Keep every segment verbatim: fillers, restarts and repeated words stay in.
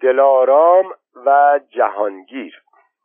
دلارام و جهانگیر.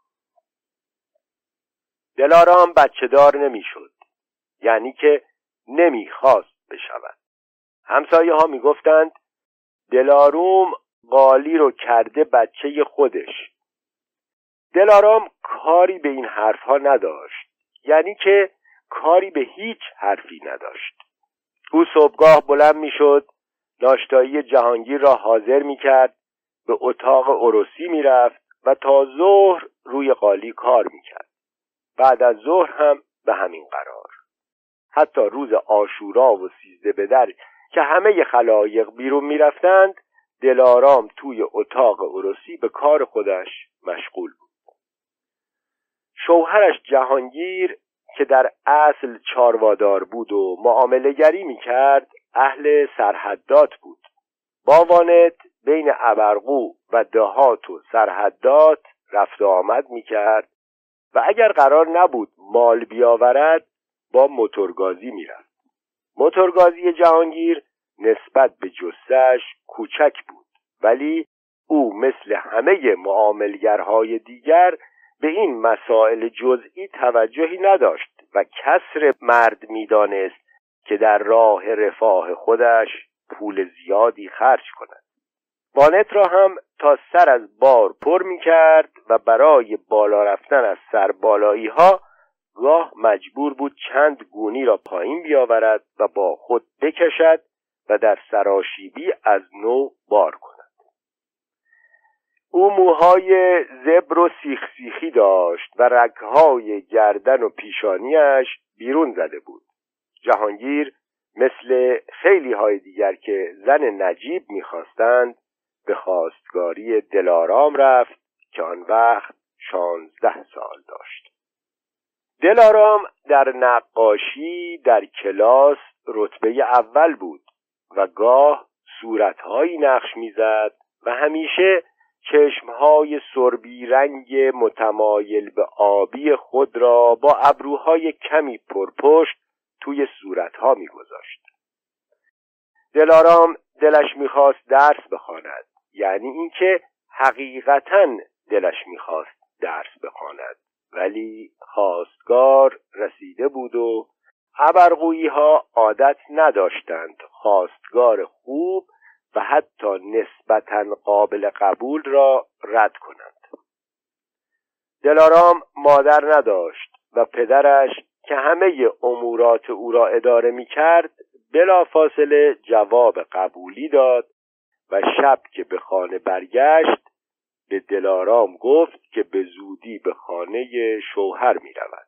دلارام بچه دار نمی شد، یعنی که نمی خواست بشود. همسایه ها می گفتند دلاروم قالی رو کرده بچه خودش. دلارام کاری به این حرف ها نداشت، یعنی که کاری به هیچ حرفی نداشت. او صبحگاه بلند می شد، ناشتایی جهانگیر را حاضر می کرد، به اتاق عروسی می رفت و تا ظهر روی قالی کار می کرد. بعد از ظهر هم به همین قرار. حتی روز عاشورا و سیزده بدر که همه خلایق بیرون می رفتند، دلارام توی اتاق عروسی به کار خودش مشغول بود. شوهرش جهانگیر که در اصل چاروادار بود و معامله گری می کرد، اهل سرحدات بود. با وانت بین ابرقو و دهات و سرحدات رفت و آمد می کرد و اگر قرار نبود مال بیاورد با موتورگازی می رفت. موتورگازی جهانگیر نسبت به جثه‌اش کوچک بود، ولی او مثل همه معاملگرهای دیگر به این مسائل جزئی توجهی نداشت و کسر مرد می دانست که در راه رفاه خودش پول زیادی خرج کند. وانت را هم تا سر از بار پر می کرد و برای بالا رفتن از سر بالایی ها گاه مجبور بود چند گونی را پایین بیاورد و با خود بکشد و در سراشیبی از نو بار کند. او موهای زبر و سیخ سیخی داشت و رگهای گردن و پیشانیش بیرون زده بود. جهانگیر مثل خیلی های دیگر که زن نجیب می‌خواستند به خواستگاری دلارام رفت که آن وقت شانزده سال داشت. دلارام در نقاشی در کلاس رتبه اول بود و گاه صورت‌هایی نقش می‌زد و همیشه چشمهای سربی رنگ متمایل به آبی خود را با ابروهای کمی پرپشت توی صورتها می‌گذاشت. دلارام دلش می‌خواست درس بخواند، یعنی اینکه حقیقتاً دلش می‌خواست درس بخواند، ولی خواستگار رسیده بود و ابرقویی‌ها عادت نداشتند خواستگار خوب و حتی نسبتاً قابل قبول را رد کنند. دلارام مادر نداشت و پدرش که همه امورات او را اداره می کرد بلافاصله جواب قبولی داد و شب که به خانه برگشت به دلارام گفت که به زودی به خانه شوهر می رود.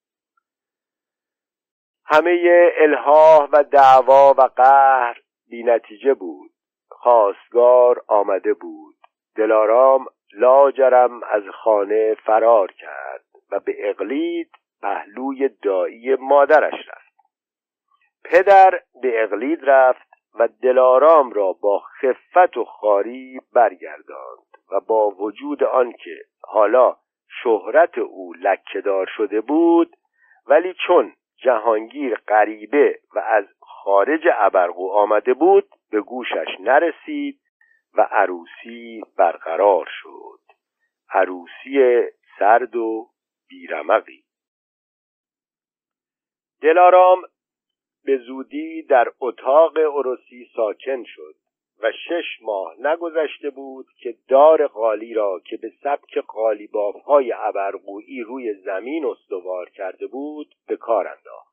همه الحاح و دعوا و قهر بی نتیجه بود. خواستگار آمده بود. دلارام لاجرم از خانه فرار کرد و به اقلید پهلوی دایی مادرش رفت. پدر به اقلید رفت و دلارام را با خفت و خواری برگرداند و با وجود آنکه حالا شهرت او لکه‌دار شده بود، ولی چون جهانگیر غریبه و از خارج ابرقو آمده بود به گوشش نرسید و عروسی برقرار شد. عروسی سرد و بیرمقی. دلارام به زودی در اتاق عروسی ساکن شد و شش ماه نگذشته بود که دار قالی را که به سبک قالیباف‌های ابرقویی روی زمین استوار کرده بود به کار انداخت.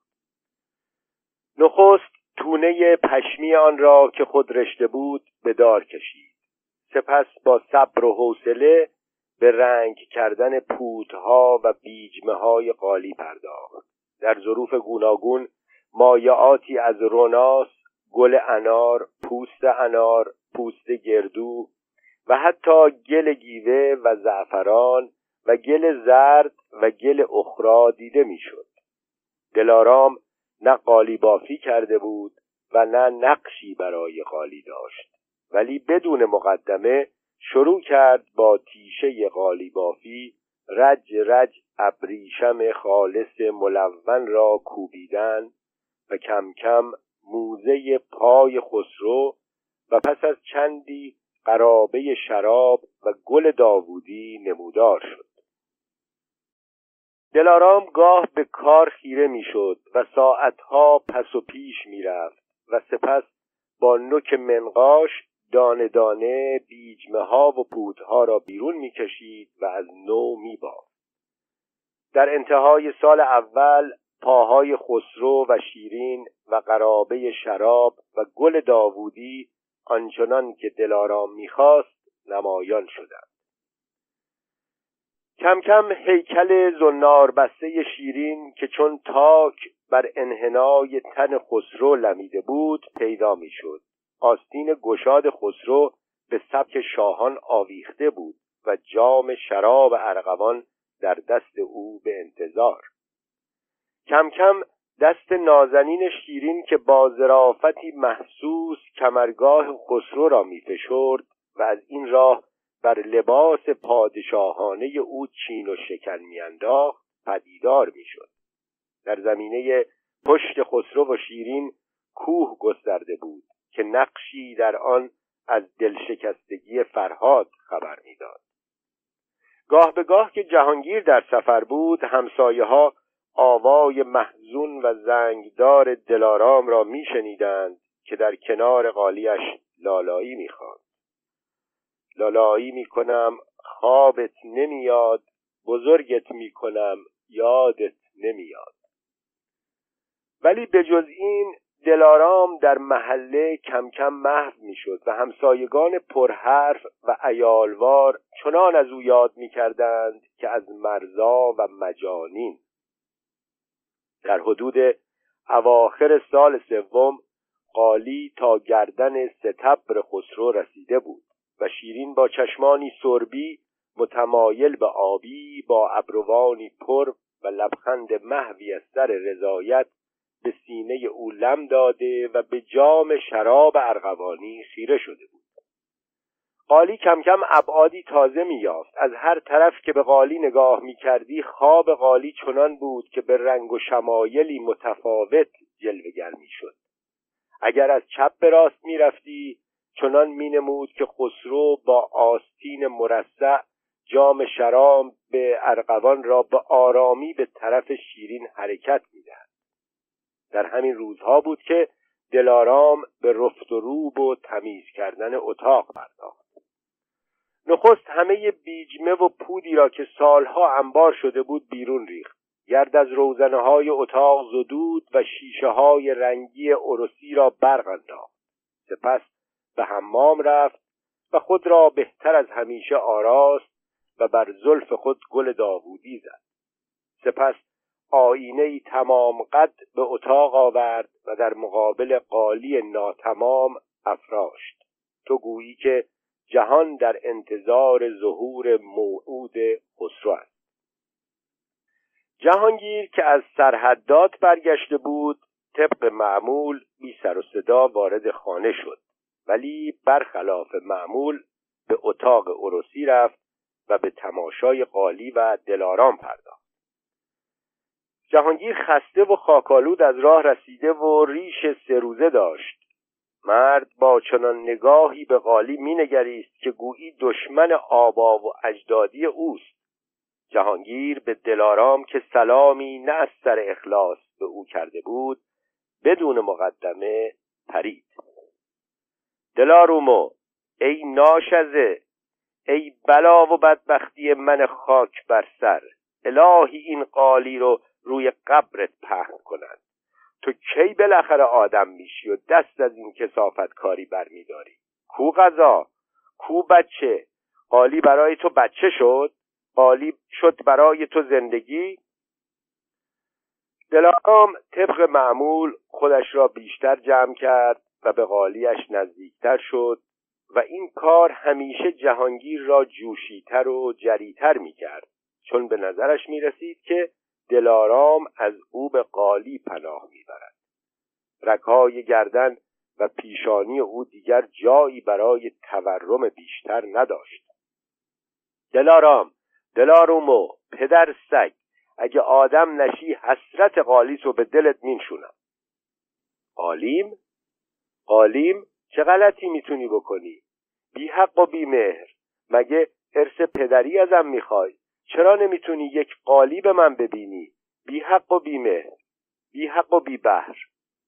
نخست تونه پشمی آن را که خود رشته بود به دار کشید. سپس با صبر و حوصله به رنگ کردن پودها و بیجمه‌های قالی پرداخت. در ظروف گوناگون مایعاتی از روناس، گل انار، پوست انار، پوست گردو و حتی گل گیوه و زعفران و گل زرد و گل اخرا دیده میشد. دلارام نه قالی بافی کرده بود و نه نقشی برای قالی داشت، ولی بدون مقدمه شروع کرد با تیشه قالی بافی رج رج ابریشم خالص ملون را کوبیدن و کم کم موزه پای خسرو و پس از چندی قرابه شراب و گل داوودی نمودار شد. دلارام گاه به کار خیره میشد و ساعتها پس و پیش میرفت و سپس با نوک منقاش دانه دانه بیجمه ها و پودها را بیرون میکشید و از نو میبافت. در انتهای سال اول پاهای خسرو و شیرین و قرابه شراب و گل داوودی آنچنان که دلارام میخواست نمایان شدند. کم کم هیکل زنار بسته شیرین که چون تاک بر انحنای تن خسرو لمیده بود پیدا میشد. آستین گشاد خسرو به سبک شاهان آویخته بود و جام شراب ارغوان در دست او به انتظار. کم کم دست نازنین شیرین که با ظرافتی محسوس کمرگاه خسرو را می‌فشرد و از این راه بر لباس پادشاهانه او چین و شکن می‌انداخت پدیدار می‌شد. در زمینه پشت خسرو و شیرین کوه گسترده بود که نقشی در آن از دلشکستگی فرهاد خبر می‌داد. گاه به گاه که جهانگیر در سفر بود همسایه‌ها آوای محزون و زنگدار دلارام را می‌شنیدند که در کنار قالیش لالایی می‌خواند. لالایی می‌کنم خوابت نمیاد، بزرگت می‌کنم یادت نمیاد. ولی به جز این دلارام در محله کم کم محو می‌شد و همسایگان پرحرف و عیالوار چنان از او یاد می‌کردند که از مرزا و مجانین. در حدود اواخر سال سوم قالی تا گردن ستبر خسرو رسیده بود و شیرین با چشمانی سربی متمایل به آبی با ابروانی پر و لبخند محوی از سر رضایت به سینه او لم داده و به جام شراب ارغوانی خیره شده بود. قالی کم کم ابعادی تازه می یافت. از هر طرف که به قالی نگاه می کردی خواب قالی چنان بود که به رنگ و شمایلی متفاوت جلوه‌گر می شد. اگر از چپ به راست می رفتی چنان می نمود که خسرو با آستین مرصع جام شراب به ارغوان را به آرامی به طرف شیرین حرکت می دهد. در همین روزها بود که دلارام به رفت و روب و تمیز کردن اتاق پرداخت. نخست همه بیجمه و پودی را که سالها انبار شده بود بیرون ریخت. گرد از روزنه‌های اتاق زدود و شیشه‌های رنگی عروسی را برق انداخت. سپس به حمام رفت و خود را بهتر از همیشه آراست و بر زلف خود گل داوودی زد. سپس آینه‌ای تمام قد به اتاق آورد و در مقابل قالی ناتمام افراشت. تو گویی که جهان در انتظار ظهور موعود خسرو است. جهانگیر که از سرحدات برگشته بود طبق معمول بی سر و صدا وارد خانه شد، ولی برخلاف معمول به اتاق عروسی رفت و به تماشای قالی و دلارام پرداخت. جهانگیر خسته و خاکالود از راه رسیده و ریش سه روزه داشت. مرد با چنان نگاهی به قالی مینگریست که گویی دشمن آبا و اجدادی اوست. جهانگیر به دلارام که سلامی نه از سر اخلاص به او کرده بود بدون مقدمه پرید. دلارومو، ای ناشزه، ای بلا و بدبختی من خاک بر سر، الهی این قالی رو روی قبرت پهن کنند. تو کی بالاخره آدم میشی و دست از این کثافت کاری بر میداری؟ کو غذا؟ کو بچه؟ قالی برای تو بچه شد؟ قالی شد برای تو زندگی؟ دلارام طبق معمول خودش را بیشتر جمع کرد و به قالیش نزدیکتر شد و این کار همیشه جهانگیر را جوشیتر و جریتر میکرد، چون به نظرش میرسید که دلارام از او به قالی پناه میبرد. رگ‌های گردن و پیشانی او دیگر جایی برای تورم بیشتر نداشت. دلارام، دلارومو، پدر سگ، اگه آدم نشی حسرت قالیسو به دلت مینشونم. قالیم؟ قالیم؟ چه غلطی میتونی بکنی؟ بی حق و بی مهر، مگه ارث پدری ازم میخوای؟ چرا نمیتونی یک قالی به من ببینی؟ بی حق و بی مهر، بی حق و بی بهر.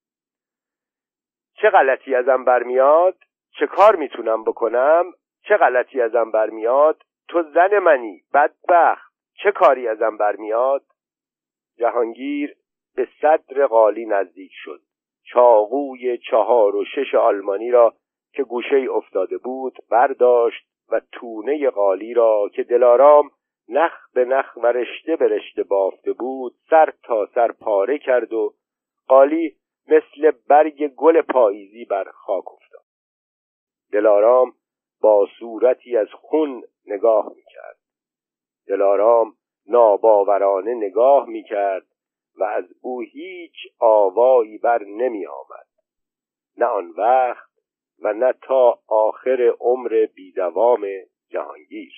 چه غلطی ازم برمیاد؟ چه کار میتونم بکنم؟ چه غلطی ازم برمیاد؟ تو زن منی بدبخت، چه کاری ازم برمیاد؟ جهانگیر به صدر قالی نزدیک شد. چاقوی چهار و شش آلمانی را که گوشه افتاده بود برداشت و تونه قالی را که دلارام نخ به نخ و رشته به رشته بافته بود سر تا سر پاره کرد و قالی مثل برگ گل پاییزی بر خاک افتاد. دلارام با صورتی از خون نگاه می‌کرد. دلارام ناباورانه نگاه می‌کرد و از او هیچ آوایی بر نمی آمد، نه آن وقت و نه تا آخر عمر بیدوام جهانگیر.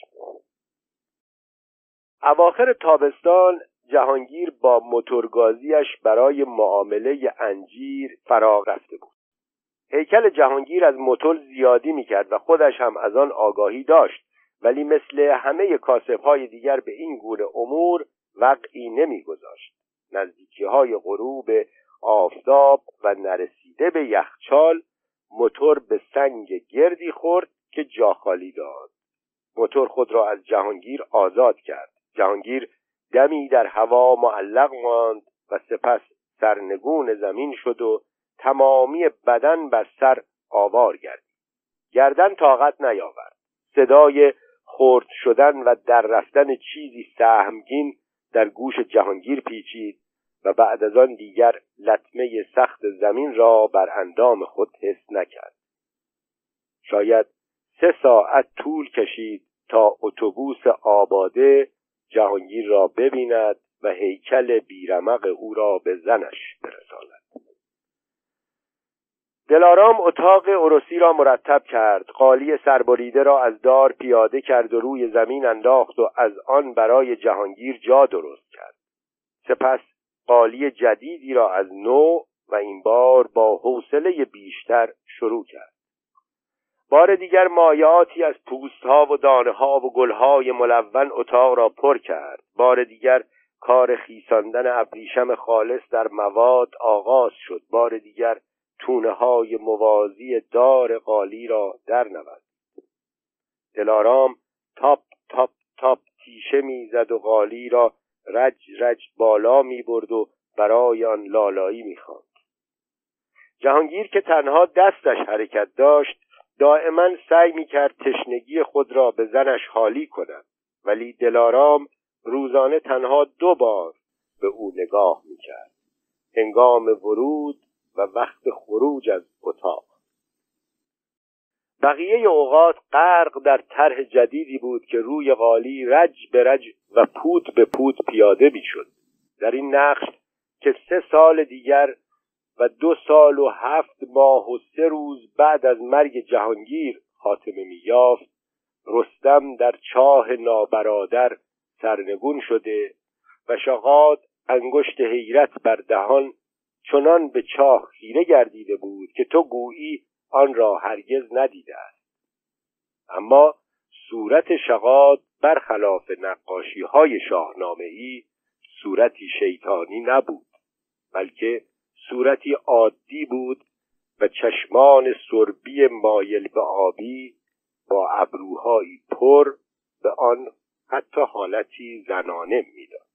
اواخر تابستان جهانگیر با موتورگازیش برای معامله انجیر فراغ رفته بود. هیکل جهانگیر از موتور زیادی می‌کرد و خودش هم از آن آگاهی داشت، ولی مثل همه کاسب‌های دیگر به این گونه امور وقعی نمی‌گذاشت. نزدیکی‌های غروب آفتاب و نرسیده به یخچال موتور به سنگ گردی خورد که جا خالی داد. موتور خود را از جهانگیر آزاد کرد. جهانگیر دمی در هوا معلق ماند و سپس سرنگون زمین شد و تمامی بدن بر سر آوار گردید. گردن طاقت نیاورد. صدای خرد شدن و در رفتن چیزی سهمگین در گوش جهانگیر پیچید و بعد از آن دیگر لطمه سخت زمین را بر اندام خود حس نکرد. شاید سه ساعت طول کشید تا اتوبوس آباده جهانگیر را ببیند و هیکل بیرمق او را به زنش برساند. دلارام اتاق عروسی را مرتب کرد. قالی سربریده را از دار پیاده کرد و روی زمین انداخت و از آن برای جهانگیر جا درست کرد. سپس قالی جدیدی را از نو و این بار با حوصله بیشتر شروع کرد. بار دیگر مایعاتی از پوست‌ها و دانه‌ها و گل‌های ملون اتاق را پر کرد. بار دیگر کار خیساندن ابریشم خالص در مواد آغاز شد. بار دیگر تونه‌های موازی دار قالی را در نورد. دلارام تاپ تاپ تاپ تیشه میزد و قالی را رج رج بالا میبرد و برای آن لالایی میخواند. جهانگیر که تنها دستش حرکت داشت دائما سعی میکرد تشنگی خود را به زنش حالی کند، ولی دلارام روزانه تنها دو بار به او نگاه میکرد، هنگام ورود و وقت خروج از اتاق. بقیه اوقات غرق در طرح جدیدی بود که روی قالی رج به رج و پود به پود پیاده میشد. در این نقش که سه سال دیگر و دو سال و هفت ماه و سه روز بعد از مرگ جهانگیر خاتمه می‌یافت، رستم در چاه نابرادر سرنگون شده و شغاد انگشت حیرت بر دهان چنان به چاه خیره گردیده بود که تو گویی آن را هرگز ندیده است. اما صورت شغاد برخلاف نقاشی‌های شاهنامه‌ای صورتی شیطانی نبود، بلکه صورتی عادی بود و چشمان سربی مایل به آبی با ابروهایی پر به آن حتی حالتی زنانه می‌داد.